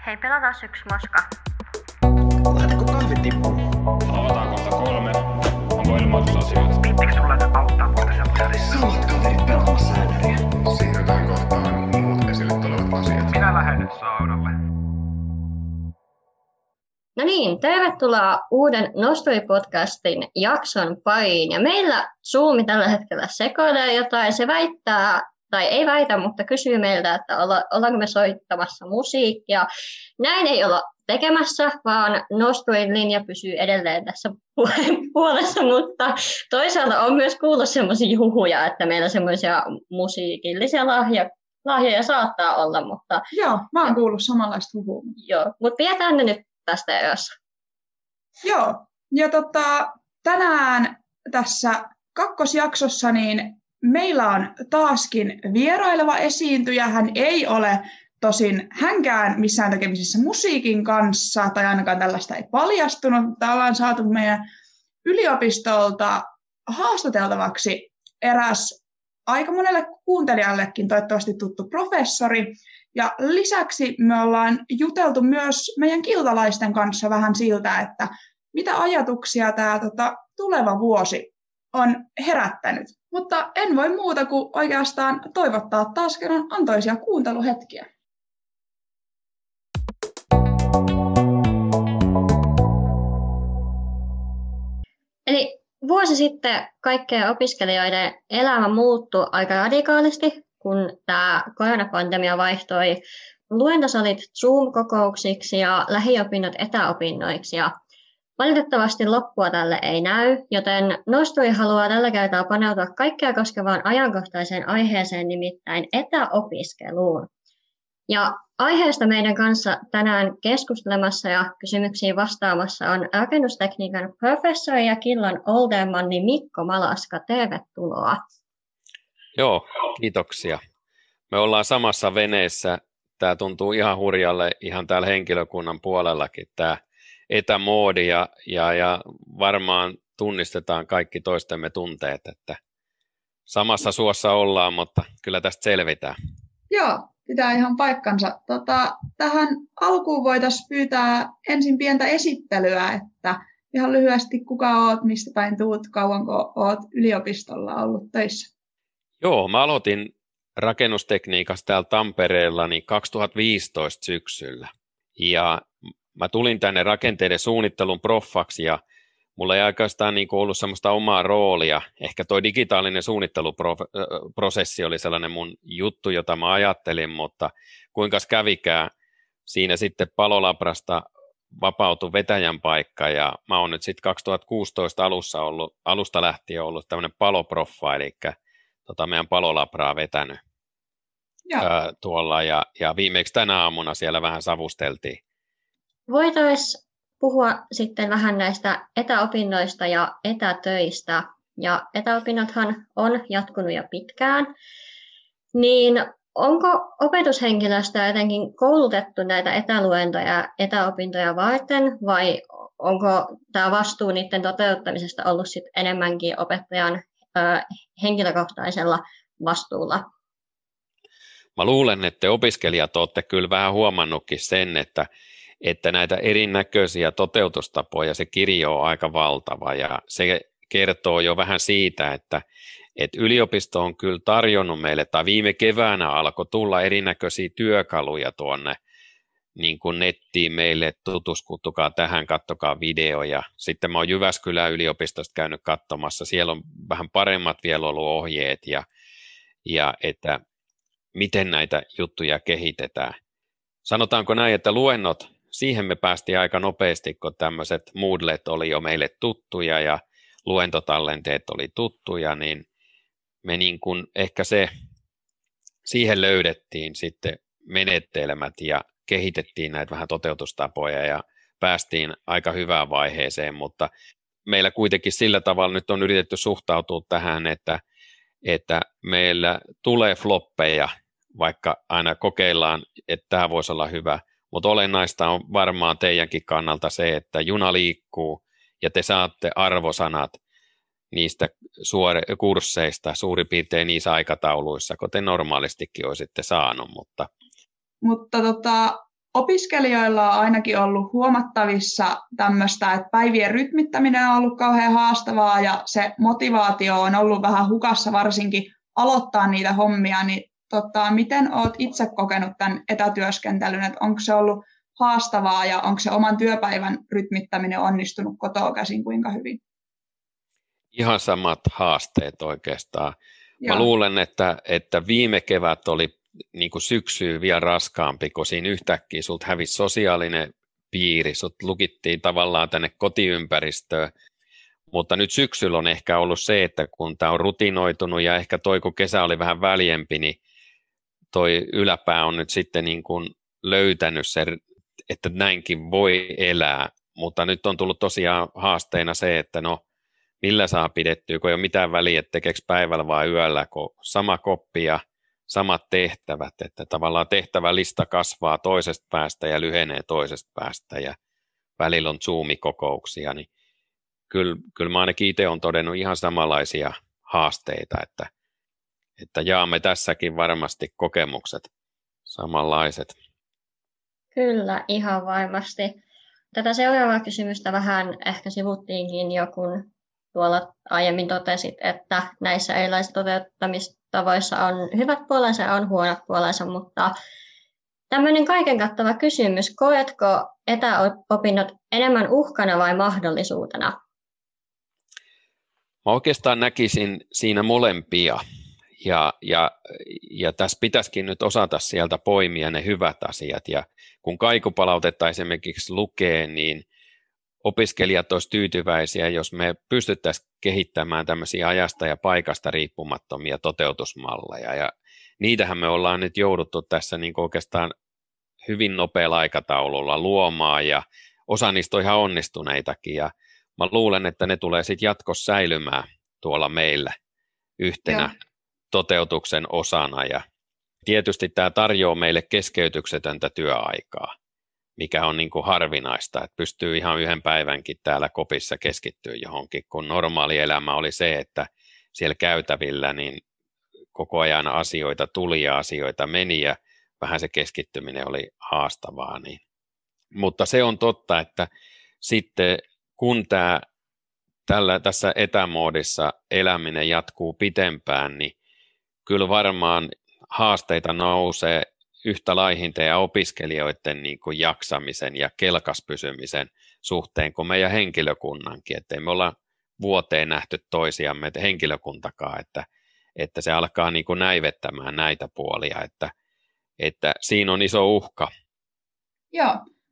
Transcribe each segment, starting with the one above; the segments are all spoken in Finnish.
Hei, pelataan yksi moska. Lähdetäänkö kahvit tippuun? Avataan kohta 3. Onko ilmoitusasioita? Viittikö sulle auttaa muuta sellaisia? Samat kaverit pelaamassa ääneriä. Siirrytään kohtaan muut esille tulevat asiat. Minä lähden saunalle. No niin, tervetuloa uuden Nosturi-podcastin jakson pariin. Ja meillä Zoomi tällä hetkellä sekoilee jotain. Se väittää, tai ei väitä, mutta kysyy meiltä, että ollaanko me soittamassa musiikkia. Näin ei olla tekemässä, vaan Nosturin linja pysyy edelleen tässä puolessa, mutta toisaalta on myös kuullut semmoisia huhuja, että meillä semmoisia musiikillisia lahjoja saattaa olla, mutta... Joo, mä oon kuullut samanlaista huhua. Joo, mutta pidetään ne nyt tästä erossa. Joo, ja tänään tässä kakkosjaksossa niin meillä on taaskin vieraileva esiintyjä. Hän ei ole tosin hänkään missään tekemisissä musiikin kanssa, tai ainakaan tällaista ei paljastunut, mutta ollaan saatu meidän yliopistolta haastateltavaksi eräs aika monelle kuuntelijallekin toivottavasti tuttu professori. Ja lisäksi me ollaan juteltu myös meidän kiltalaisten kanssa vähän siltä, että mitä ajatuksia tämä tuleva vuosi on herättänyt. Mutta en voi muuta kuin oikeastaan toivottaa taas kerran antoisia kuunteluhetkiä. Eli vuosi sitten kaikkien opiskelijoiden elämä muuttui aika radikaalisti, kun tämä koronapandemia vaihtoi luentosalit Zoom-kokouksiksi ja lähiopinnot etäopinnoiksi. Ja valitettavasti loppua tälle ei näy, joten Nosturi haluaa tällä kertaa paneutua kaikkea koskevaan ajankohtaiseen aiheeseen, nimittäin etäopiskeluun. Ja aiheesta meidän kanssa tänään keskustelemassa ja kysymyksiin vastaamassa on rakennustekniikan professori ja Killan Oldermanni Mikko Malaska. Tervetuloa. Joo, kiitoksia. Me ollaan samassa veneessä. Tämä tuntuu ihan hurjalle ihan täällä henkilökunnan puolellakin, tämä etämoodi ja varmaan tunnistetaan kaikki toistemme tunteet, että samassa suossa ollaan, mutta kyllä tästä selvitään. Joo, pitää ihan paikkansa. Tähän alkuun voitaisiin pyytää ensin pientä esittelyä, että ihan lyhyesti kuka oot, mistä päin tuut, kauanko oot yliopistolla ollut töissä? Joo, mä aloitin rakennustekniikassa täällä Tampereella niin 2015 syksyllä ja mä tulin tänne rakenteiden suunnittelun proffaksi ja mulla ei oikeastaan niin kuin ollut semmoista omaa roolia. Ehkä toi digitaalinen suunnitteluprosessi oli sellainen mun juttu, jota mä ajattelin, mutta kuinka kävikään siinä sitten Palolabrasta vapautui vetäjän paikka ja mä oon nyt sitten 2016 alusta lähtien ollut tämmöinen paloproffa, eli meidän Palolabraa vetänyt tuolla ja viimeksi tänä aamuna siellä vähän savusteltiin. Voitaisiin puhua sitten vähän näistä etäopinnoista ja etätöistä. Ja etäopinnothan on jatkunut jo pitkään. Niin onko opetushenkilöstöä jotenkin koulutettu näitä etäluentoja ja etäopintoja varten, vai onko tämä vastuu niiden toteuttamisesta ollut sit enemmänkin opettajan henkilökohtaisella vastuulla? Mä luulen, että te opiskelijat olette kyllä vähän huomannutkin sen, että näitä erinäköisiä toteutustapoja, se kirjo on aika valtava ja se kertoo jo vähän siitä, että yliopisto on kyllä tarjonnut meille, tai viime keväänä alkoi tulla erinäköisiä työkaluja tuonne niin kuin nettiin meille, tutuskutukaa tähän, kattokaa videoja. Sitten mä oon Jyväskylän yliopistosta käynyt katsomassa, siellä on vähän paremmat vielä ollut ohjeet ja että miten näitä juttuja kehitetään. Sanotaanko näin, että luennot, siihen me päästiin aika nopeasti, kun tämmöiset Moodlet oli jo meille tuttuja ja luentotallenteet oli tuttuja, niin me niin kuin ehkä siihen löydettiin sitten menetelmät ja kehitettiin näitä vähän toteutustapoja ja päästiin aika hyvään vaiheeseen, mutta meillä kuitenkin sillä tavalla nyt on yritetty suhtautua tähän, että meillä tulee floppeja, vaikka aina kokeillaan, että tämä voisi olla hyvä, mutta olennaista on varmaan teidänkin kannalta se, että juna liikkuu ja te saatte arvosanat niistä kursseista suurin piirtein niissä aikatauluissa, kun te normaalistikin olisitte saanut. Mutta opiskelijoilla on ainakin ollut huomattavissa tämmöistä, että päivien rytmittäminen on ollut kauhean haastavaa ja se motivaatio on ollut vähän hukassa varsinkin aloittaa niitä hommia, niin miten olet itse kokenut tämän etätyöskentelyn, että onko se ollut haastavaa ja onko se oman työpäivän rytmittäminen onnistunut kotoa käsin kuinka hyvin? Ihan samat haasteet oikeastaan. Joo. Mä luulen, että viime kevät oli niin kuin syksyä vielä raskaampi, kun siinä yhtäkkiä sulta hävisi sosiaalinen piiri, sut lukittiin tavallaan tänne kotiympäristöön, mutta nyt syksyllä on ehkä ollut se, että kun tämä on rutinoitunut ja ehkä kun kesä oli vähän väljempi, niin toi yläpää on nyt sitten niin kuin löytänyt se, että näinkin voi elää, mutta nyt on tullut tosiaan haasteena se, että no millä saa pidettyä, kun ei ole mitään väliä, että tekeekö päivällä vai yöllä, kun sama koppi ja samat tehtävät, että tavallaan tehtävälista kasvaa toisesta päästä ja lyhenee toisesta päästä ja välillä on Zoom-kokouksia, niin kyllä mä ainakin itse olen todennut ihan samanlaisia haasteita, että jaamme tässäkin varmasti kokemukset samanlaiset. Kyllä, ihan varmasti. Tätä seuraavaa kysymystä vähän ehkä sivuttiinkin jo, kun tuolla aiemmin totesit, että näissä erilaisissa toteuttamistavoissa on hyvät puolensa ja on huonot puolensa, mutta tämmöinen kaiken kattava kysymys, koetko etäopinnot enemmän uhkana vai mahdollisuutena? Mä oikeastaan näkisin siinä molempia ja tässä pitäisikin nyt osata sieltä poimia ne hyvät asiat ja kun kaikupalautetta esimerkiksi lukee, niin opiskelijat olisivat tyytyväisiä, jos me pystyttäisiin kehittämään tämmöisiä ajasta ja paikasta riippumattomia toteutusmalleja. Ja niitähän me ollaan nyt jouduttu tässä niin oikeastaan hyvin nopealla aikataululla luomaan ja osa niistä on ihan onnistuneitakin. Ja mä luulen, että ne tulee sitten jatkossa säilymään tuolla meillä yhtenä toteutuksen osana. Ja tietysti tämä tarjoaa meille keskeytyksetöntä työaikaa, mikä on niin kuin harvinaista, että pystyy ihan yhden päivänkin täällä kopissa keskittyä johonkin, kun normaali elämä oli se, että siellä käytävillä niin koko ajan asioita tuli ja asioita meni ja vähän se keskittyminen oli haastavaa. Niin. Mutta se on totta, että sitten kun tässä etämoodissa eläminen jatkuu pitempään, niin kyllä varmaan haasteita nousee yhtä laihinta ja opiskelijoiden niin kuin jaksamisen ja kelkas pysymisen suhteen kuin meidän henkilökunnankin, että ei me olla vuoteen nähty toisiamme henkilökuntakaan, että se alkaa niin kuin näivettämään näitä puolia, että siinä on iso uhka. Joo,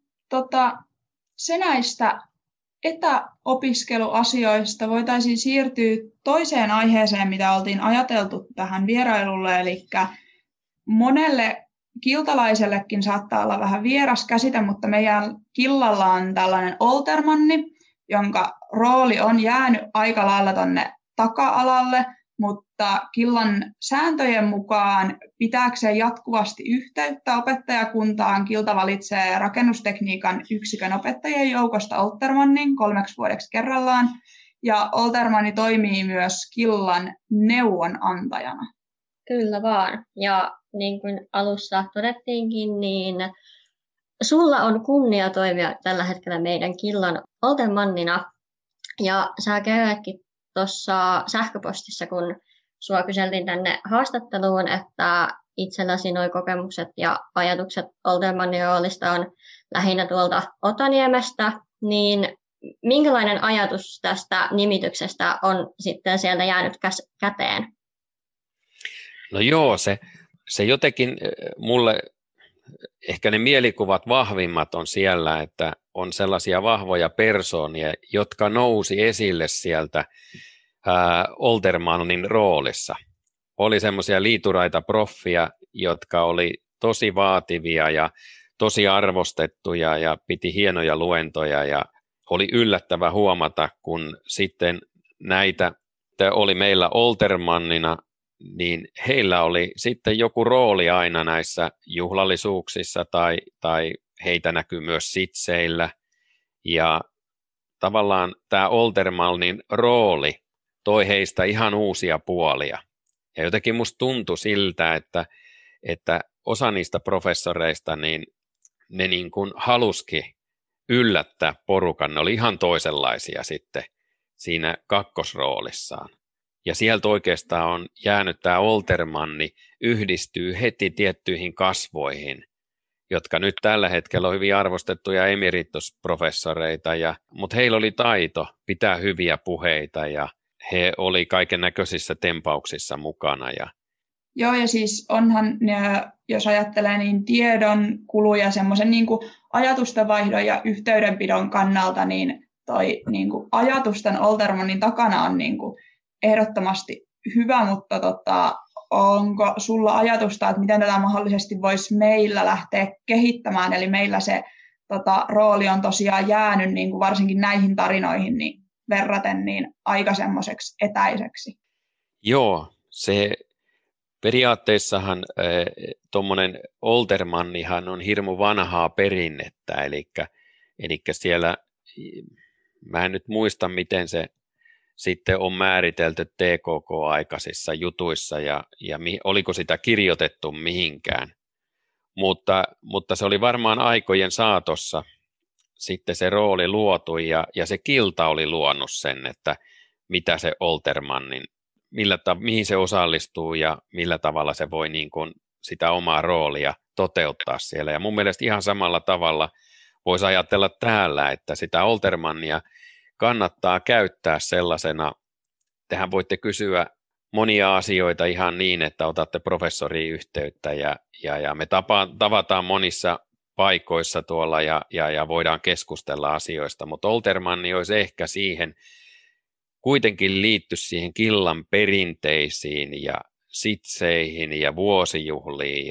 se näistä etäopiskeluasioista voitaisiin siirtyä toiseen aiheeseen, mitä oltiin ajateltu tähän vierailulle, eli monelle kiltalaisellekin saattaa olla vähän vieras käsite, mutta meidän killalla on tällainen oltermanni, jonka rooli on jäänyt aika lailla tuonne taka-alalle, mutta killan sääntöjen mukaan pitääkseen jatkuvasti yhteyttä opettajakuntaan, kilta valitsee rakennustekniikan yksikön opettajien joukosta oltermannin 3 vuodeksi kerrallaan, ja oltermanni toimii myös killan neuvonantajana. Kyllä vaan. Ja niin kuin alussa todettiinkin, niin sulla on kunnia toimia tällä hetkellä meidän killan oltermannina. Ja sä kerroitkin tuossa sähköpostissa, kun sua kyseltiin tänne haastatteluun, että itselläsi nuo kokemukset ja ajatukset oltermannin roolista on lähinnä tuolta Otaniemestä, niin minkälainen ajatus tästä nimityksestä on sitten sieltä jäänyt käteen? No joo, se jotenkin mulle ehkä ne mielikuvat vahvimmat on siellä, että on sellaisia vahvoja persoonia, jotka nousi esille sieltä oltermannin roolissa. Oli semmoisia liituraita proffia, jotka oli tosi vaativia ja tosi arvostettuja ja piti hienoja luentoja ja oli yllättävä huomata, kun sitten näitä oli meillä oltermannina, niin heillä oli sitten joku rooli aina näissä juhlallisuuksissa tai heitä näkyy myös sitseillä. Ja tavallaan tämä oltermannin rooli toi heistä ihan uusia puolia. Ja jotenkin musta tuntui siltä, että osa niistä professoreista, niin ne niin kuin haluski yllättää porukan. Ne oli ihan toisenlaisia sitten siinä kakkosroolissaan. Ja sieltä oikeastaan on jäänyt tämä Oltermanni, yhdistyy heti tiettyihin kasvoihin, jotka nyt tällä hetkellä on hyvin arvostettuja emeritusprofessoreita, mutta heillä oli taito pitää hyviä puheita ja he oli kaiken näköisissä tempauksissa mukana. Joo, ja siis onhan, jos ajattelee, niin tiedon kulu ja semmoisen niin kuin ajatustenvaihdon ja yhteydenpidon kannalta, niin toi niin kuin ajatusten Oltermannin takana on niin kuin ehdottomasti hyvä, mutta onko sulla ajatusta, että miten tätä mahdollisesti voisi meillä lähteä kehittämään, eli meillä se rooli on tosiaan jäänyt niin kuin varsinkin näihin tarinoihin niin verraten niin aika semmoiseksi etäiseksi. Joo, se periaatteessahan tuommoinen Oltermannihan on hirmu vanhaa perinnettä, eli siellä, mä en nyt muista miten se sitten on määritelty TKK-aikaisissa jutuissa ja oliko sitä kirjoitettu mihinkään, mutta se oli varmaan aikojen saatossa sitten se rooli luotu ja se Kilta oli luonut sen, että mitä se Oltermannin, mihin se osallistuu ja millä tavalla se voi niin kuin sitä omaa roolia toteuttaa siellä. Ja mun mielestä ihan samalla tavalla voisi ajatella täällä, että sitä Oltermannia kannattaa käyttää sellaisena, tehän voitte kysyä monia asioita ihan niin, että otatte professoriin yhteyttä ja me tavataan monissa paikoissa tuolla ja voidaan keskustella asioista, mutta Oltermanni olisi ehkä siihen kuitenkin liitty siihen Killan perinteisiin ja sitseihin ja vuosijuhliin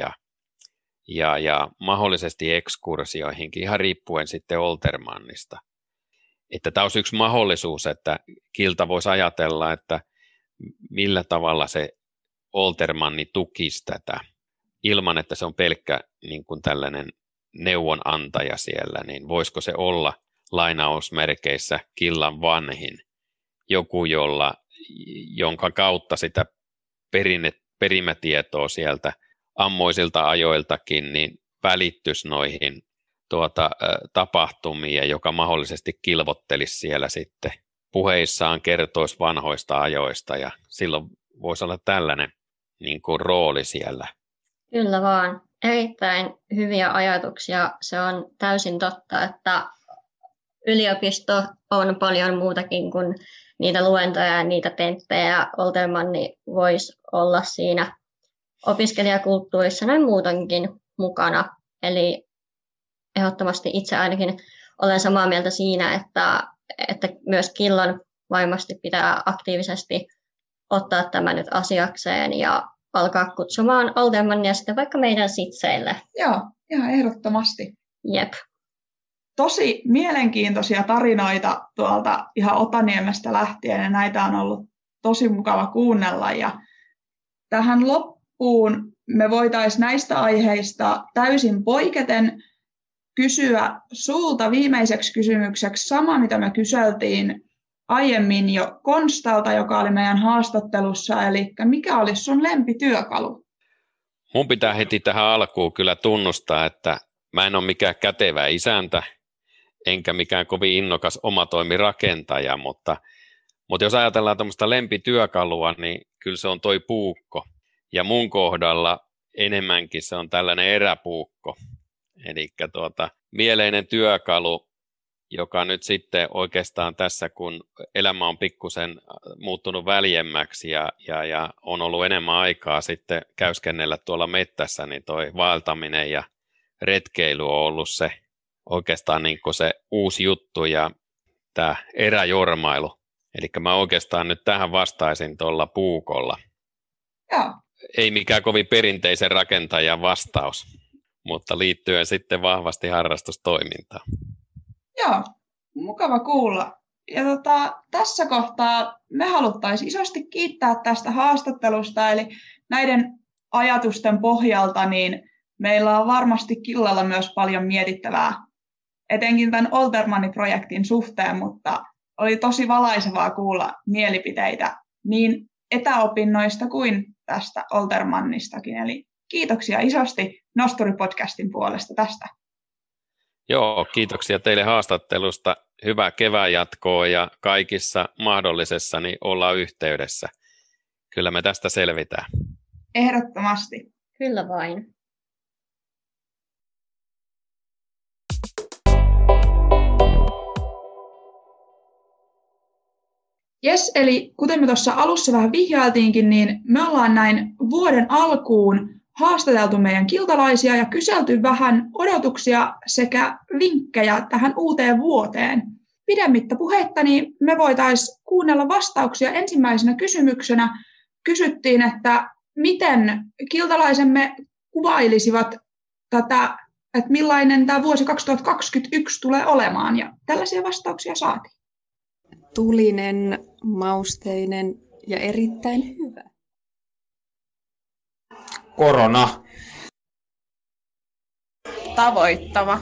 ja mahdollisesti ekskursioihinkin, ihan riippuen sitten Oltermannista. Että tämä olisi yksi mahdollisuus, että Kilta voisi ajatella, että millä tavalla se Oltermanni tukisi tätä, ilman että se on pelkkä niin kuin tällainen neuvonantaja siellä, niin voisiko se olla lainausmerkeissä Killan vanhin, joku, jonka kautta sitä perimätietoa sieltä ammoisilta ajoiltakin niin välittyisi noihin tapahtumia, joka mahdollisesti kilvottelisi siellä sitten puheissaan, kertoisi vanhoista ajoista ja silloin voisi olla tällainen niin kuin rooli siellä. Kyllä vaan. Erittäin hyviä ajatuksia. Se on täysin totta, että yliopisto on paljon muutakin kuin niitä luentoja ja niitä tenttejä. Oltermanni voisi olla siinä opiskelijakulttuurissa näin muutenkin mukana. Eli ehdottomasti itse ainakin olen samaa mieltä siinä, että myös Killan varmasti pitää aktiivisesti ottaa tämä nyt asiakseen ja alkaa kutsumaan Oltermannia sitten vaikka meidän sitseille. Joo, ihan ehdottomasti. Jep. Tosi mielenkiintoisia tarinoita tuolta ihan Otaniemestä lähtien ja näitä on ollut tosi mukava kuunnella. Ja tähän loppuun me voitaisiin näistä aiheista täysin poiketen kysyä sulta viimeiseksi kysymykseksi sama, mitä me kyseltiin aiemmin jo Konstalta, joka oli meidän haastattelussa, eli mikä olisi sun lempityökalu? Mun pitää heti tähän alkuun kyllä tunnustaa, että mä en ole mikään kätevä isäntä, enkä mikään kovin innokas omatoimirakentaja, mutta jos ajatellaan tämmöistä lempityökalua, niin kyllä se on toi puukko. Ja mun kohdalla enemmänkin se on tällainen eräpuukko. Eli mieleinen työkalu, joka nyt sitten oikeastaan tässä, kun elämä on pikkusen muuttunut väljemmäksi ja on ollut enemmän aikaa sitten käyskennellä tuolla mettässä, niin toi vaeltaminen ja retkeily on ollut se oikeastaan niin kuin se uusi juttu ja tämä eräjormailu. Eli mä oikeastaan nyt tähän vastaisin tuolla puukolla. Joo. Ei mikään kovin perinteisen rakentajan vastaus, mutta liittyen sitten vahvasti harrastustoimintaan. Joo, mukava kuulla. Ja tässä kohtaa me haluttaisiin isosti kiittää tästä haastattelusta, eli näiden ajatusten pohjalta niin meillä on varmasti Killalla myös paljon mietittävää, etenkin tämän Oltermanni-projektin suhteen, mutta oli tosi valaisevaa kuulla mielipiteitä niin etäopinnoista kuin tästä Oltermannistakin. Eli kiitoksia isosti Nosturi-podcastin puolesta tästä. Joo, kiitoksia teille haastattelusta. Hyvää kevään jatkoa ja kaikissa mahdollisessa niin ollaan yhteydessä. Kyllä me tästä selvitään. Ehdottomasti. Kyllä vain. Jes, eli kuten me tuossa alussa vähän vihjailtiinkin, niin me ollaan näin vuoden alkuun haastateltu meidän kiltalaisia ja kyselty vähän odotuksia sekä vinkkejä tähän uuteen vuoteen. Pidemmittä puheitta, niin me voitaisiin kuunnella vastauksia. Ensimmäisenä kysymyksenä kysyttiin, että miten kiltalaisemme kuvailisivat tätä, että millainen tämä vuosi 2021 tulee olemaan, ja tällaisia vastauksia saatiin. Tulinen, mausteinen ja erittäin hyvä. Korona. Tavoittava.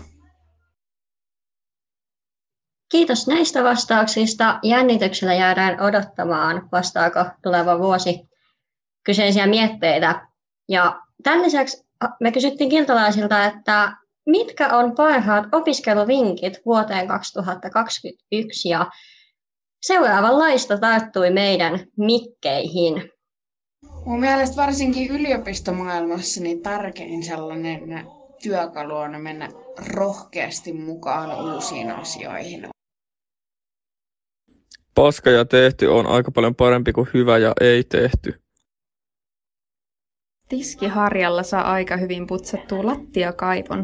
Kiitos näistä vastauksista. Jännityksellä jäädään odottamaan, vastaako tuleva vuosi kyseisiä mietteitä. Ja tämän lisäksi me kysyttiin kiltalaisilta, että mitkä on parhaat opiskeluvinkit vuoteen 2021, ja seuraavanlaista tarttui meidän mikkeihin. Mun mielestä varsinkin yliopistomaailmassa niin tärkein sellainen työkalu on mennä rohkeasti mukaan uusiin asioihin. Paska ja tehty on aika paljon parempi kuin hyvä ja ei tehty. Tiskiharjalla saa aika hyvin putsattua lattiakaivon.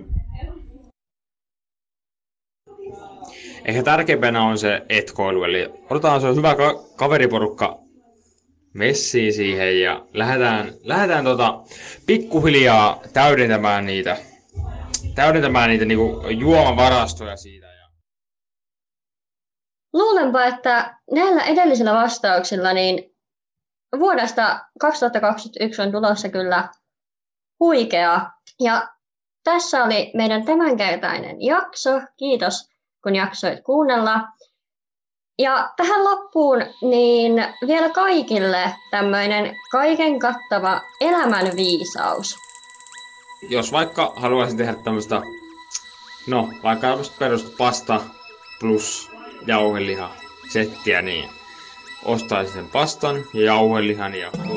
Ehkä tärkeimpänä on se etkoilu, eli otetaan se hyvä kaveriporukka messiin siihen ja lähdetään pikkuhiljaa täydentämään niitä niinku juomavarastoja siitä. Luulenpa, että näillä edellisillä vastauksilla niin vuodesta 2021 on tulossa kyllä huikea. Ja tässä oli meidän tämänkertainen jakso. Kiitos, kun jaksoit kuunnella. Ja tähän loppuun niin vielä kaikille tämmöinen kaiken kattava elämänviisaus. Jos vaikka haluaisin tehdä tämmöistä, vaikka tämmöistä perusta pasta plus jauheliha settiä, niin ostaisin sen pastan ja jauhelihan ja